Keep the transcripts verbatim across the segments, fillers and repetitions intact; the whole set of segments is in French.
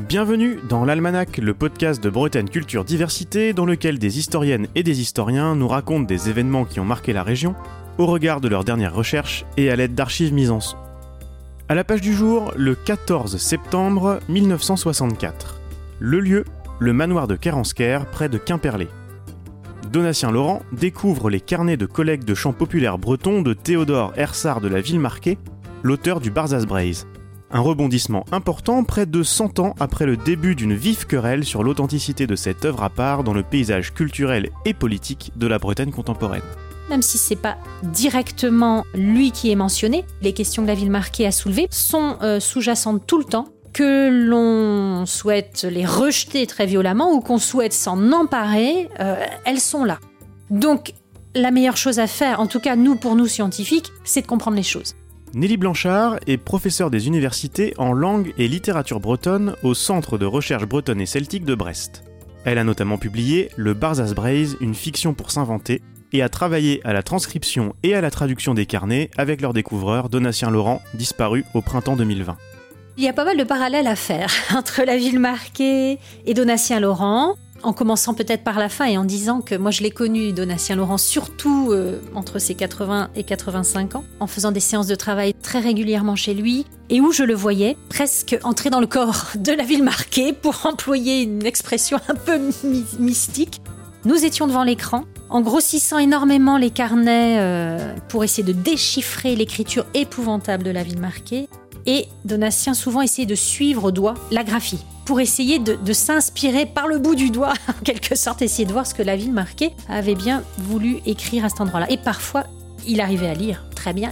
Bienvenue dans l'Almanach, le podcast de Bretagne Culture Diversité, dans lequel des historiennes et des historiens nous racontent des événements qui ont marqué la région, au regard de leurs dernières recherches et à l'aide d'archives mises en son. À la page du jour, le quatorze septembre mille neuf cent soixante-quatre. Le lieu, le manoir de Kéransker, près de Quimperlé. Donatien Laurent découvre les carnets de collègues de chants populaires bretons de Théodore Hersart de la Villemarqué, l'auteur du Barzaz-Braise. Un rebondissement important près de cent ans après le début d'une vive querelle sur l'authenticité de cette œuvre à part dans le paysage culturel et politique de la Bretagne contemporaine. Même si c'est pas directement lui qui est mentionné, les questions que la Villemarqué a soulevées sont euh, sous-jacentes tout le temps, que l'on souhaite les rejeter très violemment ou qu'on souhaite s'en emparer, euh, elles sont là. Donc la meilleure chose à faire, en tout cas nous pour nous scientifiques, c'est de comprendre les choses. Nelly Blanchard est professeure des universités en langue et littérature bretonne au Centre de recherche bretonne et celtique de Brest. Elle a notamment publié Le Barzaz-Braise, une fiction pour s'inventer, et a travaillé à la transcription et à la traduction des carnets avec leur découvreur Donatien Laurent, disparu au printemps deux mille vingt. Il y a pas mal de parallèles à faire entre la Villemarqué et Donatien Laurent, en commençant peut-être par la fin et en disant que moi je l'ai connu, Donatien Laurent, surtout euh, entre ses quatre-vingts et quatre-vingt-cinq ans, en faisant des séances de travail très régulièrement chez lui, et où je le voyais presque entrer dans le corps de la Villemarqué, pour employer une expression un peu my- mystique. Nous étions devant l'écran, en grossissant énormément les carnets euh, pour essayer de déchiffrer l'écriture épouvantable de la Villemarqué, et Donatien souvent essayait de suivre au doigt la graphie, pour essayer de, de s'inspirer par le bout du doigt, en quelque sorte, essayer de voir ce que la Villemarqué avait bien voulu écrire à cet endroit-là. Et parfois, il arrivait à lire très bien.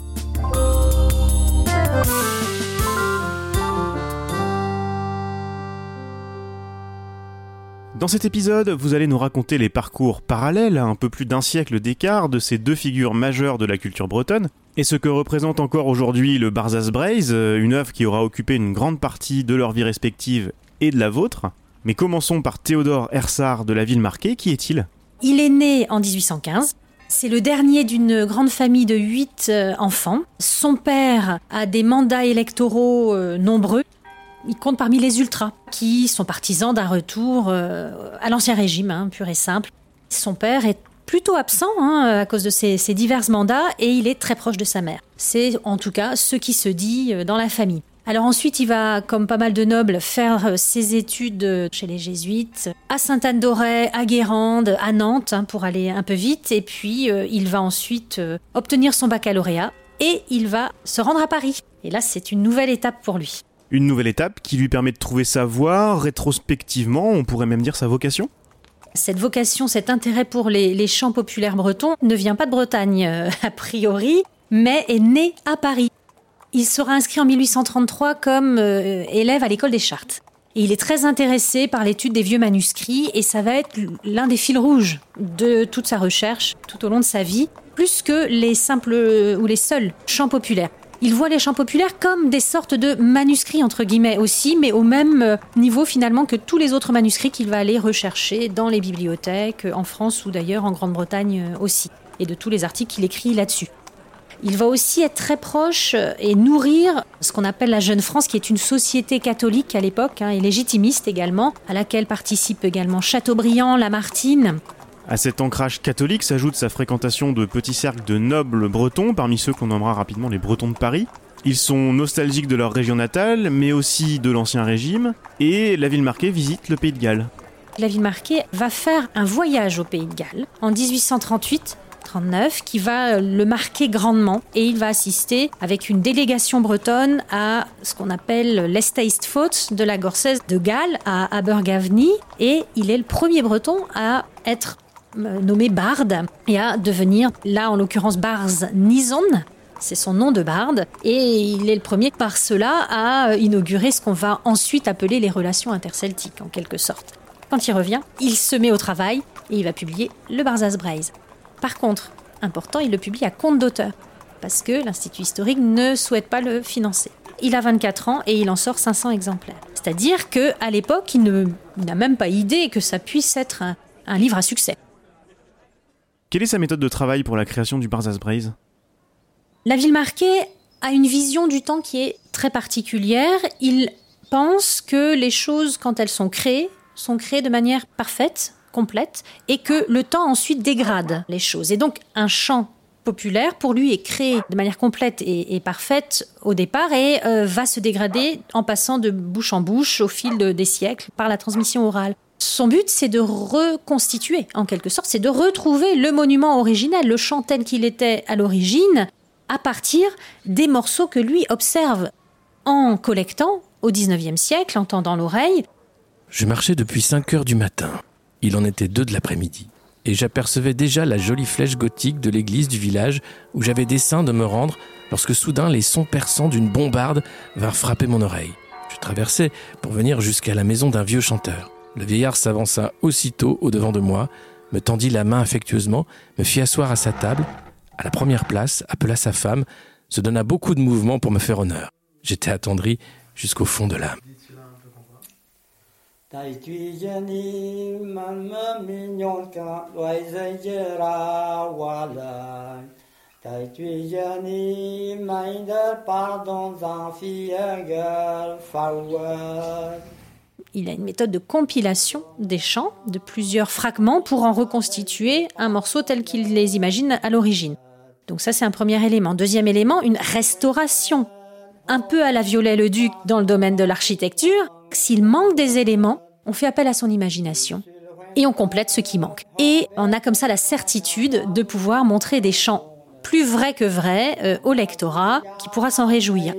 Dans cet épisode, vous allez nous raconter les parcours parallèles à un peu plus d'un siècle d'écart de ces deux figures majeures de la culture bretonne, et ce que représente encore aujourd'hui le Barzaz-Braise, une œuvre qui aura occupé une grande partie de leur vie respective et de la vôtre. Mais commençons par Théodore Hersart de la Villemarqué. Qui est-il ? Il est né en dix-huit cent quinze. C'est le dernier d'une grande famille de huit euh, enfants. Son père a des mandats électoraux euh, nombreux. Il compte parmi les ultras, qui sont partisans d'un retour euh, à l'ancien régime, hein, pur et simple. Son père est plutôt absent hein, à cause de ses, ses divers mandats, et il est très proche de sa mère. C'est en tout cas ce qui se dit dans la famille. Alors ensuite, il va, comme pas mal de nobles, faire ses études chez les jésuites, à Sainte-Anne-d'Auray, à Guérande, à Nantes, hein, pour aller un peu vite. Et puis, euh, il va ensuite euh, obtenir son baccalauréat et il va se rendre à Paris. Et là, c'est une nouvelle étape pour lui. Une nouvelle étape qui lui permet de trouver sa voie, rétrospectivement, on pourrait même dire sa vocation ? Cette vocation, cet intérêt pour les, les chants populaires bretons ne vient pas de Bretagne, euh, a priori, mais est né à Paris. Il sera inscrit en mille huit cent trente-trois comme euh, élève à l'école des Chartes. Et il est très intéressé par l'étude des vieux manuscrits et ça va être l'un des fils rouges de toute sa recherche tout au long de sa vie, plus que les simples ou les seuls chants populaires. Il voit les chants populaires comme des sortes de manuscrits, entre guillemets aussi, mais au même niveau finalement que tous les autres manuscrits qu'il va aller rechercher dans les bibliothèques, en France ou d'ailleurs en Grande-Bretagne aussi, et de tous les articles qu'il écrit là-dessus. Il va aussi être très proche et nourrir ce qu'on appelle la Jeune France, qui est une société catholique à l'époque, hein, et légitimiste également, à laquelle participent également Chateaubriand, Lamartine. À cet ancrage catholique s'ajoute sa fréquentation de petits cercles de nobles bretons, parmi ceux qu'on nommera rapidement les Bretons de Paris. Ils sont nostalgiques de leur région natale, mais aussi de l'Ancien Régime, et la Villemarqué visite le Pays de Galles. La Villemarqué va faire un voyage au Pays de Galles en dix-huit cent trente-huit trente-neuf qui va le marquer grandement, et il va assister avec une délégation bretonne à ce qu'on appelle l'Estaistfot de la Gorcès de Galles à Abergavenny, et il est le premier breton à être nommé barde et à devenir, là en l'occurrence Barz Nison, c'est son nom de barde, et il est le premier par cela à inaugurer ce qu'on va ensuite appeler les relations interceltiques en quelque sorte. Quand il revient, il se met au travail et il va publier le Barzaz-Braise. Par contre, important, il le publie à compte d'auteur, parce que l'Institut historique ne souhaite pas le financer. Il a vingt-quatre ans et il en sort cinq cents exemplaires. C'est-à-dire qu'à l'époque, il, ne, il n'a même pas idée que ça puisse être un, un livre à succès. Quelle est sa méthode de travail pour la création du Barzaz-Braise ? La Villemarqué a une vision du temps qui est très particulière. Il pense que les choses, quand elles sont créées, sont créées de manière parfaite, complète, et que le temps ensuite dégrade les choses. Et donc, un chant populaire, pour lui, est créé de manière complète et, et parfaite au départ et euh, va se dégrader en passant de bouche en bouche au fil de, des siècles par la transmission orale. Son but, c'est de reconstituer, en quelque sorte, c'est de retrouver le monument originel, le chant tel qu'il était à l'origine, à partir des morceaux que lui observe en collectant au dix-neuvième siècle, en tendant l'oreille. Je marchais depuis cinq heures du matin. Il en était deux de l'après-midi. Et j'apercevais déjà la jolie flèche gothique de l'église du village où j'avais dessein de me rendre lorsque soudain les sons perçants d'une bombarde vinrent frapper mon oreille. Je traversais pour venir jusqu'à la maison d'un vieux chanteur. Le vieillard s'avança aussitôt au-devant de moi, me tendit la main affectueusement, me fit asseoir à sa table, à la première place, appela sa femme, se donna beaucoup de mouvements pour me faire honneur. J'étais attendri jusqu'au fond de l'âme. Il a une méthode de compilation des chants, de plusieurs fragments, pour en reconstituer un morceau tel qu'il les imagine à l'origine. Donc ça, c'est un premier élément. Deuxième élément, une restauration. Un peu à la Viollet-le-Duc dans le domaine de l'architecture. S'il manque des éléments, on fait appel à son imagination et on complète ce qui manque. Et on a comme ça la certitude de pouvoir montrer des chants plus vrais que vrais euh, au lectorat qui pourra s'en réjouir.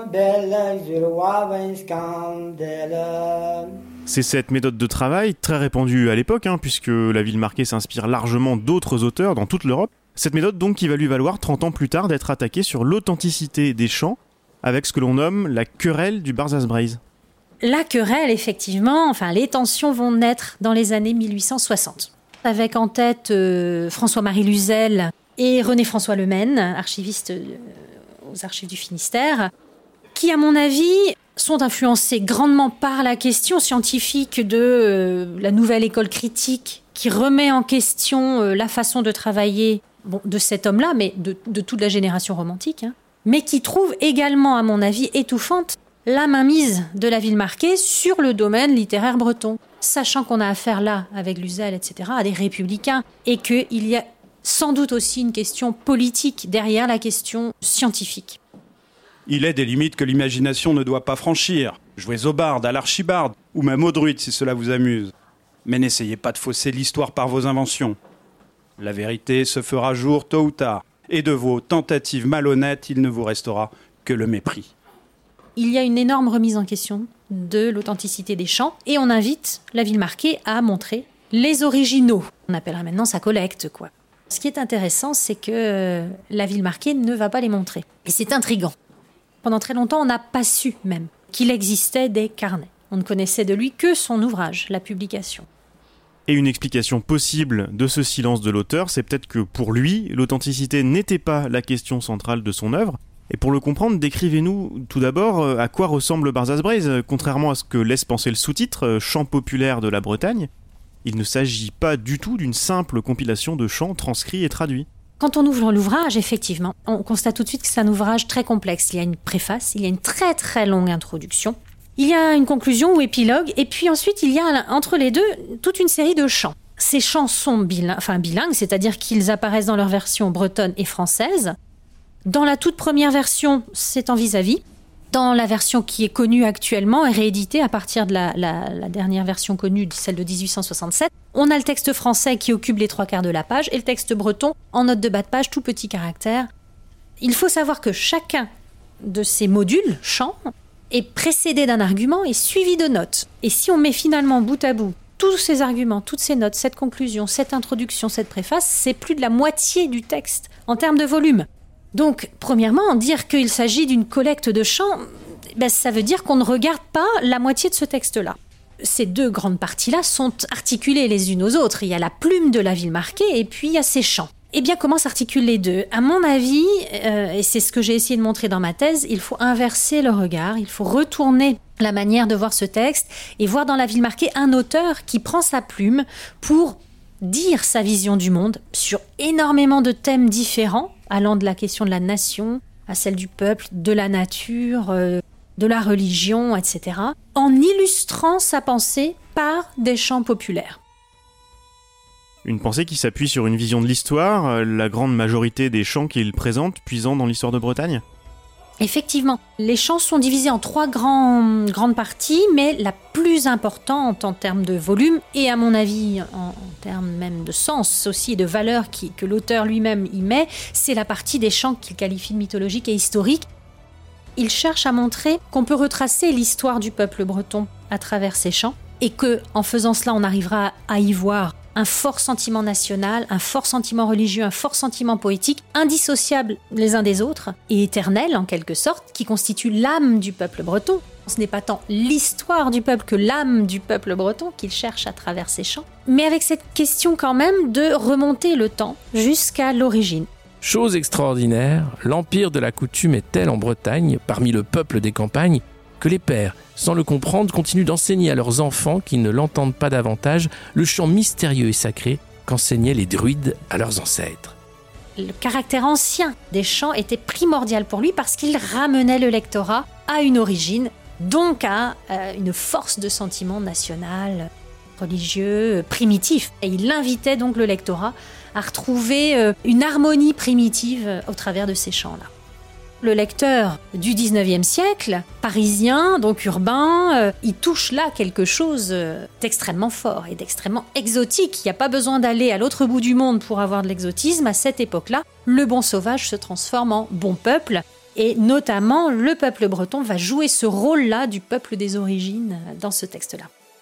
C'est cette méthode de travail très répandue à l'époque, hein, puisque la ville marquée s'inspire largement d'autres auteurs dans toute l'Europe. Cette méthode donc qui va lui valoir trente ans plus tard d'être attaquée sur l'authenticité des chants avec ce que l'on nomme la querelle du Barzaz-Braise. La querelle, effectivement, enfin les tensions vont naître dans les années mille huit cent soixante. Avec en tête euh, François-Marie Luzel et René-François Lemaine, archiviste euh, aux archives du Finistère, qui, à mon avis, sont influencés grandement par la question scientifique de euh, la nouvelle école critique qui remet en question euh, la façon de travailler bon, de cet homme-là, mais de, de toute la génération romantique, hein, mais qui trouve également, à mon avis, étouffante la mainmise de la ville marquée sur le domaine littéraire breton, sachant qu'on a affaire là, avec Luzel, et cetera, à des républicains, et qu'il y a sans doute aussi une question politique derrière la question scientifique. Il est des limites que l'imagination ne doit pas franchir. Jouez au barde, à l'archibarde, ou même au druide si cela vous amuse. Mais n'essayez pas de fausser l'histoire par vos inventions. La vérité se fera jour tôt ou tard, et de vos tentatives malhonnêtes, il ne vous restera que le mépris. Il y a une énorme remise en question de l'authenticité des chants et on invite la ville marquée à montrer les originaux. On appellera maintenant ça collecte, quoi. Ce qui est intéressant, c'est que la ville marquée ne va pas les montrer. Et c'est intriguant. Pendant très longtemps, on n'a pas su même qu'il existait des carnets. On ne connaissait de lui que son ouvrage, la publication. Et une explication possible de ce silence de l'auteur, c'est peut-être que pour lui, l'authenticité n'était pas la question centrale de son œuvre. Et pour le comprendre, décrivez-nous tout d'abord à quoi ressemble Barzaz-Braise, contrairement à ce que laisse penser le sous-titre, Chants populaires de la Bretagne. Il ne s'agit pas du tout d'une simple compilation de chants transcrits et traduits. Quand on ouvre l'ouvrage, effectivement, on constate tout de suite que c'est un ouvrage très complexe. Il y a une préface, il y a une très très longue introduction, il y a une conclusion ou épilogue, et puis ensuite il y a entre les deux toute une série de chants. Ces chants sont bilingues, enfin bilingues, c'est-à-dire qu'ils apparaissent dans leur version bretonne et française. Dans la toute première version, c'est en vis-à-vis. Dans la version qui est connue actuellement et rééditée à partir de la, la, la dernière version connue, celle de dix-huit cent soixante-sept, on a le texte français qui occupe les trois quarts de la page et le texte breton en note de bas de page, tout petit caractère. Il faut savoir que chacun de ces modules, chants, est précédé d'un argument et suivi de notes. Et si on met finalement bout à bout tous ces arguments, toutes ces notes, cette conclusion, cette introduction, cette préface, c'est plus de la moitié du texte en termes de volume. Donc, premièrement, dire qu'il s'agit d'une collecte de chants, ben, ça veut dire qu'on ne regarde pas la moitié de ce texte-là. Ces deux grandes parties-là sont articulées les unes aux autres. Il y a la plume de la ville marquée et puis il y a ces chants. Eh bien, comment s'articulent les deux ? À mon avis, euh, et c'est ce que j'ai essayé de montrer dans ma thèse, il faut inverser le regard, il faut retourner la manière de voir ce texte et voir dans la ville marquée un auteur qui prend sa plume pour dire sa vision du monde sur énormément de thèmes différents, allant de la question de la nation à celle du peuple, de la nature, euh, de la religion, et cetera, en illustrant sa pensée par des chants populaires. Une pensée qui s'appuie sur une vision de l'histoire, la grande majorité des chants qu'il présente puisant dans l'histoire de Bretagne ? Effectivement, les chants sont divisés en trois grands, grandes parties, mais la plus importante en termes de volume et à mon avis en, en termes même de sens aussi et de valeur qui, que l'auteur lui-même y met, c'est la partie des chants qu'il qualifie de mythologiques et historiques. Il cherche à montrer qu'on peut retracer l'histoire du peuple breton à travers ces chants et que, en faisant cela, on arrivera à y voir un fort sentiment national, un fort sentiment religieux, un fort sentiment poétique, indissociables les uns des autres et éternels en quelque sorte, qui constituent l'âme du peuple breton. Ce n'est pas tant l'histoire du peuple que l'âme du peuple breton qu'il cherche à travers ces chants, mais avec cette question quand même de remonter le temps jusqu'à l'origine. Chose extraordinaire, l'empire de la coutume est tel en Bretagne, parmi le peuple des campagnes, que les pères, sans le comprendre, continuent d'enseigner à leurs enfants qui ne l'entendent pas davantage le chant mystérieux et sacré qu'enseignaient les druides à leurs ancêtres. Le caractère ancien des chants était primordial pour lui parce qu'il ramenait le lectorat à une origine, donc à euh, une force de sentiment national, religieux, primitif. Et il invitait donc le lectorat à retrouver euh, une harmonie primitive euh, au travers de ces chants-là. Le lecteur du dix-neuvième siècle, parisien, donc urbain, euh, il touche là quelque chose euh, d'extrêmement fort et d'extrêmement exotique. Il n'y a pas besoin d'aller à l'autre bout du monde pour avoir de l'exotisme. À cette époque-là, le bon sauvage se transforme en bon peuple. Et notamment, le peuple breton va jouer ce rôle-là du peuple des origines euh, dans ce texte-là.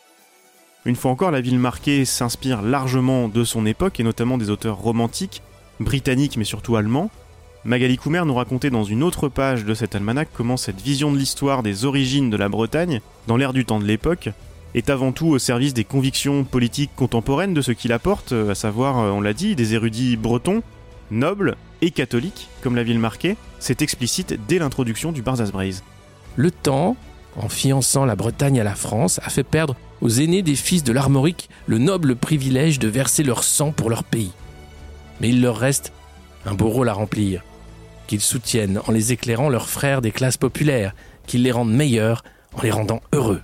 Une fois encore, la ville marquée s'inspire largement de son époque et notamment des auteurs romantiques, britanniques mais surtout allemands. Magali Coumer nous racontait dans une autre page de cet almanach comment cette vision de l'histoire des origines de la Bretagne, dans l'air du temps de l'époque, est avant tout au service des convictions politiques contemporaines de ce qu'il apporte, à savoir, on l'a dit, des érudits bretons, nobles et catholiques, comme la ville marquée. C'est explicite dès l'introduction du Barzaz-Braise. Le temps, en fiançant la Bretagne à la France, a fait perdre aux aînés des fils de l'Armorique le noble privilège de verser leur sang pour leur pays. Mais il leur reste un beau rôle à remplir, qu'ils soutiennent en les éclairant leurs frères des classes populaires, qu'ils les rendent meilleurs en les rendant heureux.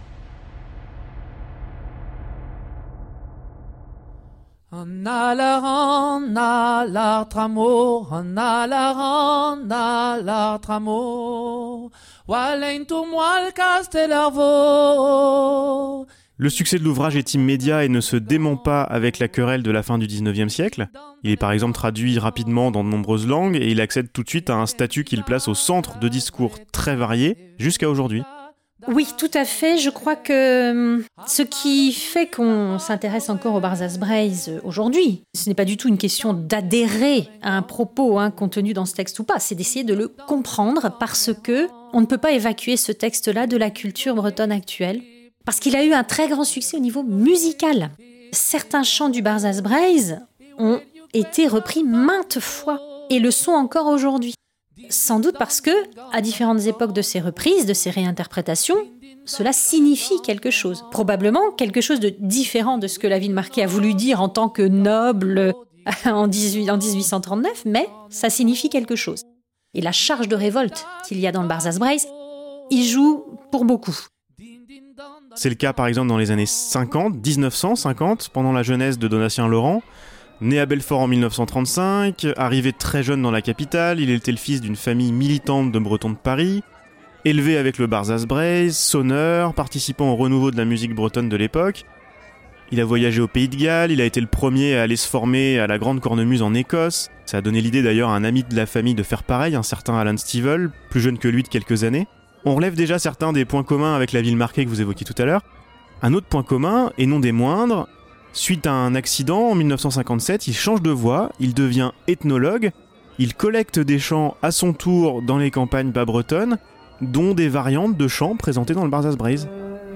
On a la ronde, a la tramo, on a la ronde, a la tramo, wallen tout moi le castellarvo. Le succès de l'ouvrage est immédiat et ne se dément pas avec la querelle de la fin du dix-neuvième siècle. Il est par exemple traduit rapidement dans de nombreuses langues et il accède tout de suite à un statut qu'il place au centre de discours très variés jusqu'à aujourd'hui. Oui, tout à fait. Je crois que ce qui fait qu'on s'intéresse encore au Barzaz-Braise aujourd'hui, ce n'est pas du tout une question d'adhérer à un propos hein, contenu dans ce texte ou pas, c'est d'essayer de le comprendre parce que on ne peut pas évacuer ce texte-là de la culture bretonne actuelle. Parce qu'il a eu un très grand succès au niveau musical. Certains chants du Barzaz-Braise ont été repris maintes fois et le sont encore aujourd'hui. Sans doute parce que, à différentes époques de ces reprises, de ces réinterprétations, cela signifie quelque chose. Probablement quelque chose de différent de ce que la ville marquée a voulu dire en tant que noble en dix-huit cent trente-neuf, mais ça signifie quelque chose. Et la charge de révolte qu'il y a dans le Barzaz-Braise y joue pour beaucoup. C'est le cas par exemple dans les années cinquante, dix-neuf cent cinquante, pendant la jeunesse de Donatien Laurent. Né à Belfort en mille neuf cent trente-cinq, arrivé très jeune dans la capitale, il était le fils d'une famille militante de Bretons de Paris. Élevé avec le Barzaz-Braise, sonneur, participant au renouveau de la musique bretonne de l'époque. Il a voyagé au Pays de Galles, il a été le premier à aller se former à la Grande Cornemuse en Écosse. Ça a donné l'idée d'ailleurs à un ami de la famille de faire pareil, un certain Alan Stivell, plus jeune que lui de quelques années. On relève déjà certains des points communs avec la ville marquée que vous évoquiez tout à l'heure. Un autre point commun, et non des moindres, suite à un accident en mille neuf cent cinquante-sept, il change de voie, il devient ethnologue, il collecte des chants à son tour dans les campagnes bas bretonnes, dont des variantes de chants présentés dans le Barzaz-Braise.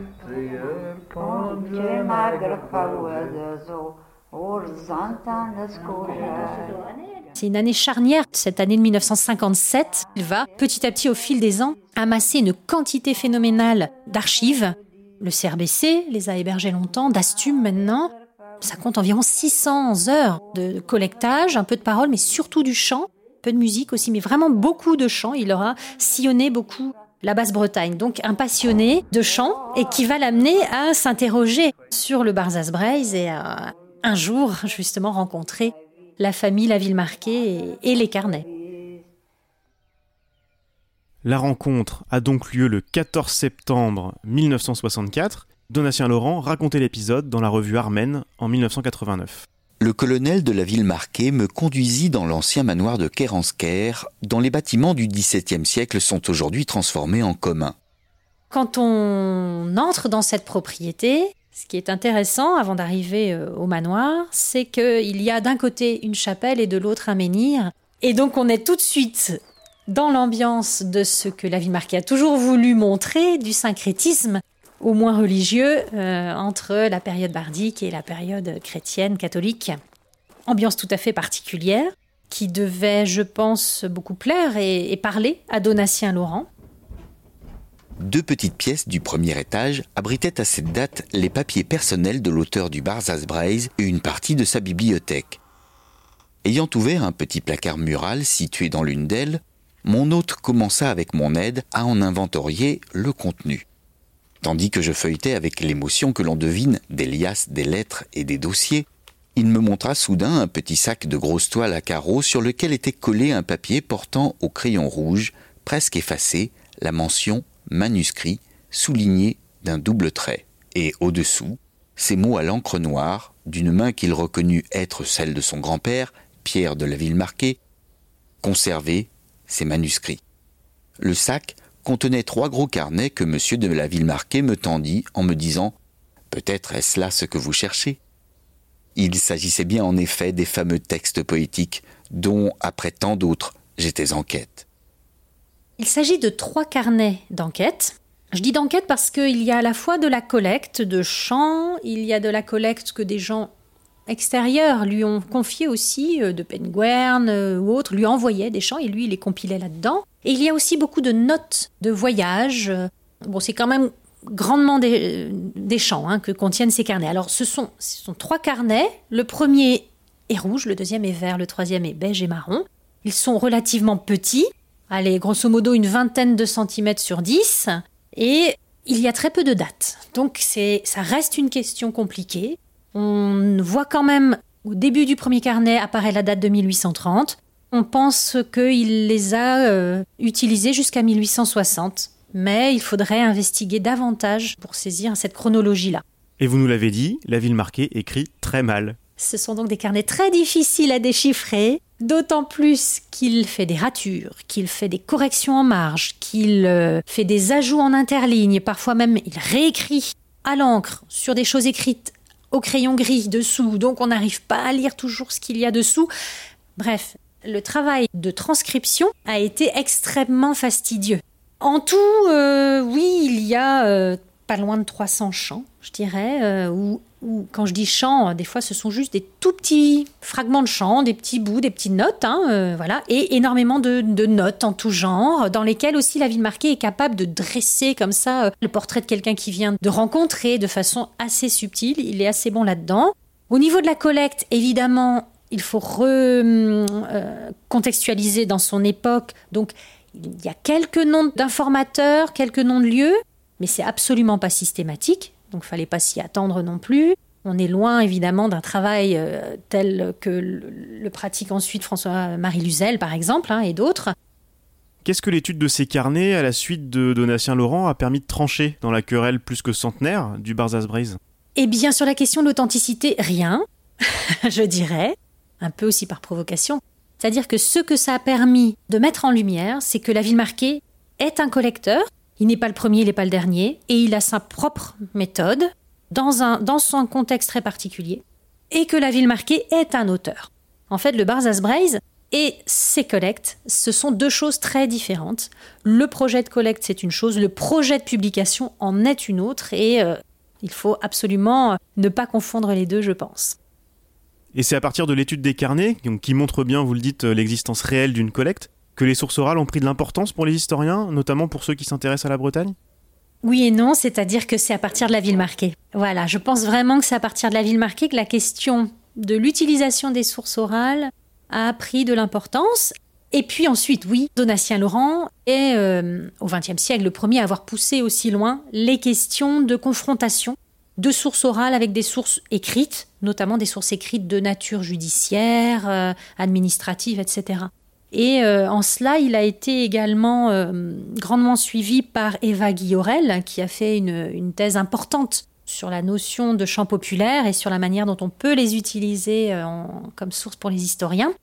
C'est une année charnière, cette année de mille neuf cent cinquante-sept. Il va, petit à petit, au fil des ans, amasser une quantité phénoménale d'archives. Le C R B C les a hébergées longtemps, d'Astume maintenant. Ça compte environ six cents heures de collectage, un peu de paroles, mais surtout du chant, peu de musique aussi, mais vraiment beaucoup de chants. Il aura sillonné beaucoup la Basse-Bretagne, donc un passionné de chant, et qui va l'amener à s'interroger sur le Barzaz-Braise et à un jour, justement, rencontrer la famille La Villemarqué et, et les carnets. La rencontre a donc lieu le quatorze septembre mille neuf cent soixante-quatre. Donatien Laurent racontait l'épisode dans la revue Armen en mille neuf cent quatre-vingt-neuf. Le colonel de La Villemarqué me conduisit dans l'ancien manoir de Kéransker, dont les bâtiments du dix-septième siècle sont aujourd'hui transformés en communs. Quand on entre dans cette propriété, ce qui est intéressant avant d'arriver au manoir, c'est qu'il y a d'un côté une chapelle et de l'autre un menhir. Et donc on est tout de suite dans l'ambiance de ce que La Villemarqué a toujours voulu montrer, du syncrétisme, au moins religieux, euh, entre la période bardique et la période chrétienne, catholique. Ambiance tout à fait particulière, qui devait, je pense, beaucoup plaire et, et parler à Donatien Laurent. Deux petites pièces du premier étage abritaient à cette date les papiers personnels de l'auteur du Barzaz-Braise et une partie de sa bibliothèque. Ayant ouvert un petit placard mural situé dans l'une d'elles, mon hôte commença avec mon aide à en inventorier le contenu. Tandis que je feuilletais avec l'émotion que l'on devine des liasses, des lettres et des dossiers, il me montra soudain un petit sac de grosse toile à carreaux sur lequel était collé un papier portant au crayon rouge, presque effacé, la mention « manuscrit » soulignée d'un double trait. Et au-dessous, ces mots à l'encre noire, d'une main qu'il reconnut être celle de son grand-père, Pierre de La Villemarqué, « Conserver ces manuscrits ». Le sac contenait trois gros carnets que monsieur de La Villemarqué me tendit en me disant « Peut-être est-ce là ce que vous cherchez ?» Il s'agissait bien en effet des fameux textes poétiques dont, après tant d'autres, j'étais en quête. Il s'agit de trois carnets d'enquête. Je dis d'enquête parce qu'il y a à la fois de la collecte de chants, il y a de la collecte que des gens extérieurs lui ont confié aussi, de Penguern ou autres, lui envoyaient des chants et lui, il les compilait là-dedans. Et il y a aussi beaucoup de notes de voyage. Bon, c'est quand même grandement des, des chants hein, que contiennent ces carnets. Alors, ce sont, ce sont trois carnets. Le premier est rouge, le deuxième est vert, le troisième est beige et marron. Ils sont relativement petits. Allez, grosso modo, une vingtaine de centimètres sur dix. Et il y a très peu de dates. Donc, c'est, ça reste une question compliquée. On voit quand même, au début du premier carnet, apparaît la date de mille huit cent trente. On pense qu'il les a euh, utilisés jusqu'à mille huit cent soixante. Mais il faudrait investiguer davantage pour saisir cette chronologie-là. Et vous nous l'avez dit, La Villemarqué écrit très mal. Ce sont donc des carnets très difficiles à déchiffrer, d'autant plus qu'il fait des ratures, qu'il fait des corrections en marge, qu'il euh, fait des ajouts en interligne, parfois même il réécrit à l'encre sur des choses écrites au crayon gris dessous, donc on n'arrive pas à lire toujours ce qu'il y a dessous. Bref, le travail de transcription a été extrêmement fastidieux. En tout, euh, oui, il y a euh, pas loin de trois cents chants, je dirais, euh, où, où quand je dis chants, des fois ce sont juste des tout petits fragments de chants, des petits bouts, des petites notes, hein, euh, voilà, et énormément de, de notes en tout genre, dans lesquelles aussi La Villemarqué est capable de dresser comme ça euh, le portrait de quelqu'un qui vient de rencontrer de façon assez subtile. Il est assez bon là-dedans. Au niveau de la collecte, évidemment, il faut recontextualiser euh, dans son époque, donc il y a quelques noms d'informateurs, quelques noms de lieux, mais c'est absolument pas systématique, donc il fallait pas s'y attendre non plus. On est loin évidemment d'un travail euh, tel que le, le pratique ensuite François-Marie Luzel par exemple, hein, et d'autres. Qu'est-ce que l'étude de ces carnets à la suite de Donatien Laurent a permis de trancher dans la querelle plus que centenaire du Barzaz-Braise ? Eh bien sur la question de l'authenticité, rien, je dirais, un peu aussi par provocation. C'est-à-dire que ce que ça a permis de mettre en lumière, c'est que La Villemarqué est un collecteur. Il n'est pas le premier, il n'est pas le dernier. Et il a sa propre méthode dans, un, dans son contexte très particulier. Et que La Villemarqué est un auteur. En fait, le Barzaz-Braise et ses collectes, ce sont deux choses très différentes. Le projet de collecte, c'est une chose. Le projet de publication en est une autre. Et euh, il faut absolument ne pas confondre les deux, je pense. Et c'est à partir de l'étude des carnets, donc qui montre bien, vous le dites, l'existence réelle d'une collecte, que les sources orales ont pris de l'importance pour les historiens, notamment pour ceux qui s'intéressent à la Bretagne ? Oui et non, c'est-à-dire que c'est à partir de La Villemarqué. Voilà, je pense vraiment que c'est à partir de La Villemarqué que la question de l'utilisation des sources orales a pris de l'importance. Et puis ensuite, oui, Donatien Laurent est euh, au vingtième siècle le premier à avoir poussé aussi loin les questions de confrontation de sources orales avec des sources écrites, notamment des sources écrites de nature judiciaire, euh, administrative, et cetera. Et euh, en cela, il a été également euh, grandement suivi par Eva Guillorel, qui a fait une, une thèse importante sur la notion de chants populaires et sur la manière dont on peut les utiliser euh, en, comme source pour les historiens.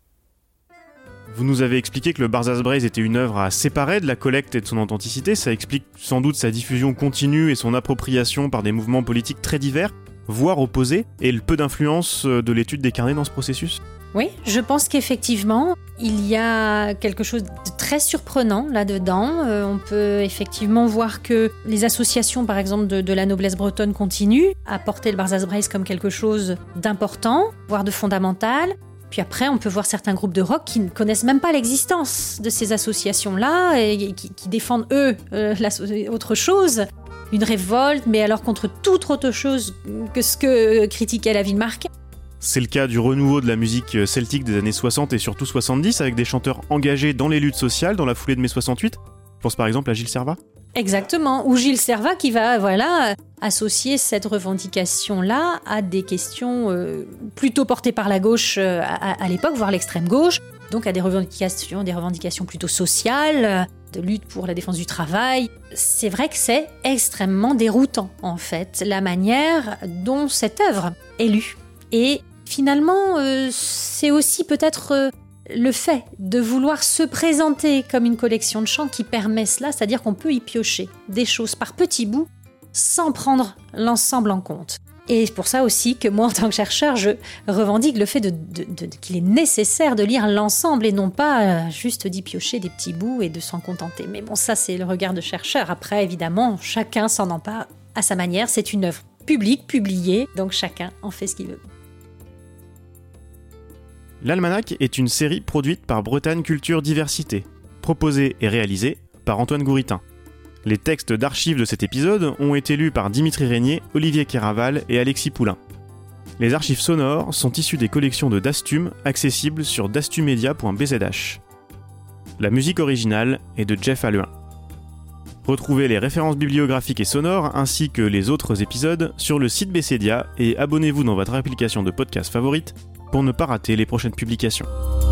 Vous nous avez expliqué que le Barzaz Braze était une œuvre à séparer de la collecte et de son authenticité. Ça explique sans doute sa diffusion continue et son appropriation par des mouvements politiques très divers, voire opposés, et le peu d'influence de l'étude des carnets dans ce processus. Oui, je pense qu'effectivement, il y a quelque chose de très surprenant là-dedans. Euh, on peut effectivement voir que les associations, par exemple, de, de la noblesse bretonne continuent à porter le Barzaz Braze comme quelque chose d'important, voire de fondamental. Puis après, on peut voir certains groupes de rock qui ne connaissent même pas l'existence de ces associations-là et qui, qui défendent, eux, euh, la, autre chose, une révolte, mais alors contre toute autre chose que ce que critiquait la Villemarque. C'est le cas du renouveau de la musique celtique des années soixante et surtout soixante-dix, avec des chanteurs engagés dans les luttes sociales dans la foulée de mai soixante-huit. Je pense par exemple à Gilles Servat. Exactement, ou Gilles Servat qui va voilà, associer cette revendication-là à des questions euh, plutôt portées par la gauche euh, à, à l'époque, voire l'extrême gauche, donc à des revendications, des revendications plutôt sociales, de lutte pour la défense du travail. C'est vrai que c'est extrêmement déroutant, en fait, la manière dont cette œuvre est lue. Et finalement, euh, c'est aussi peut-être euh, le fait de vouloir se présenter comme une collection de chants qui permet cela, c'est-à-dire qu'on peut y piocher des choses par petits bouts sans prendre l'ensemble en compte. Et c'est pour ça aussi que moi, en tant que chercheur, je revendique le fait de, de, de, qu'il est nécessaire de lire l'ensemble et non pas euh, juste d'y piocher des petits bouts et de s'en contenter. Mais bon, ça, c'est le regard de chercheur. Après, évidemment, chacun s'en empare à sa manière. C'est une œuvre publique, publiée, donc chacun en fait ce qu'il veut. L'Almanach est une série produite par Bretagne Culture Diversité, proposée et réalisée par Antoine Gouritin. Les textes d'archives de cet épisode ont été lus par Dimitri Régnier, Olivier Kéraval et Alexis Poulain. Les archives sonores sont issues des collections de Dastum, accessibles sur dastumedia point b z h. La musique originale est de Jeff Alluin. Retrouvez les références bibliographiques et sonores ainsi que les autres épisodes sur le site Bessédia et abonnez-vous dans votre application de podcast favorite pour ne pas rater les prochaines publications.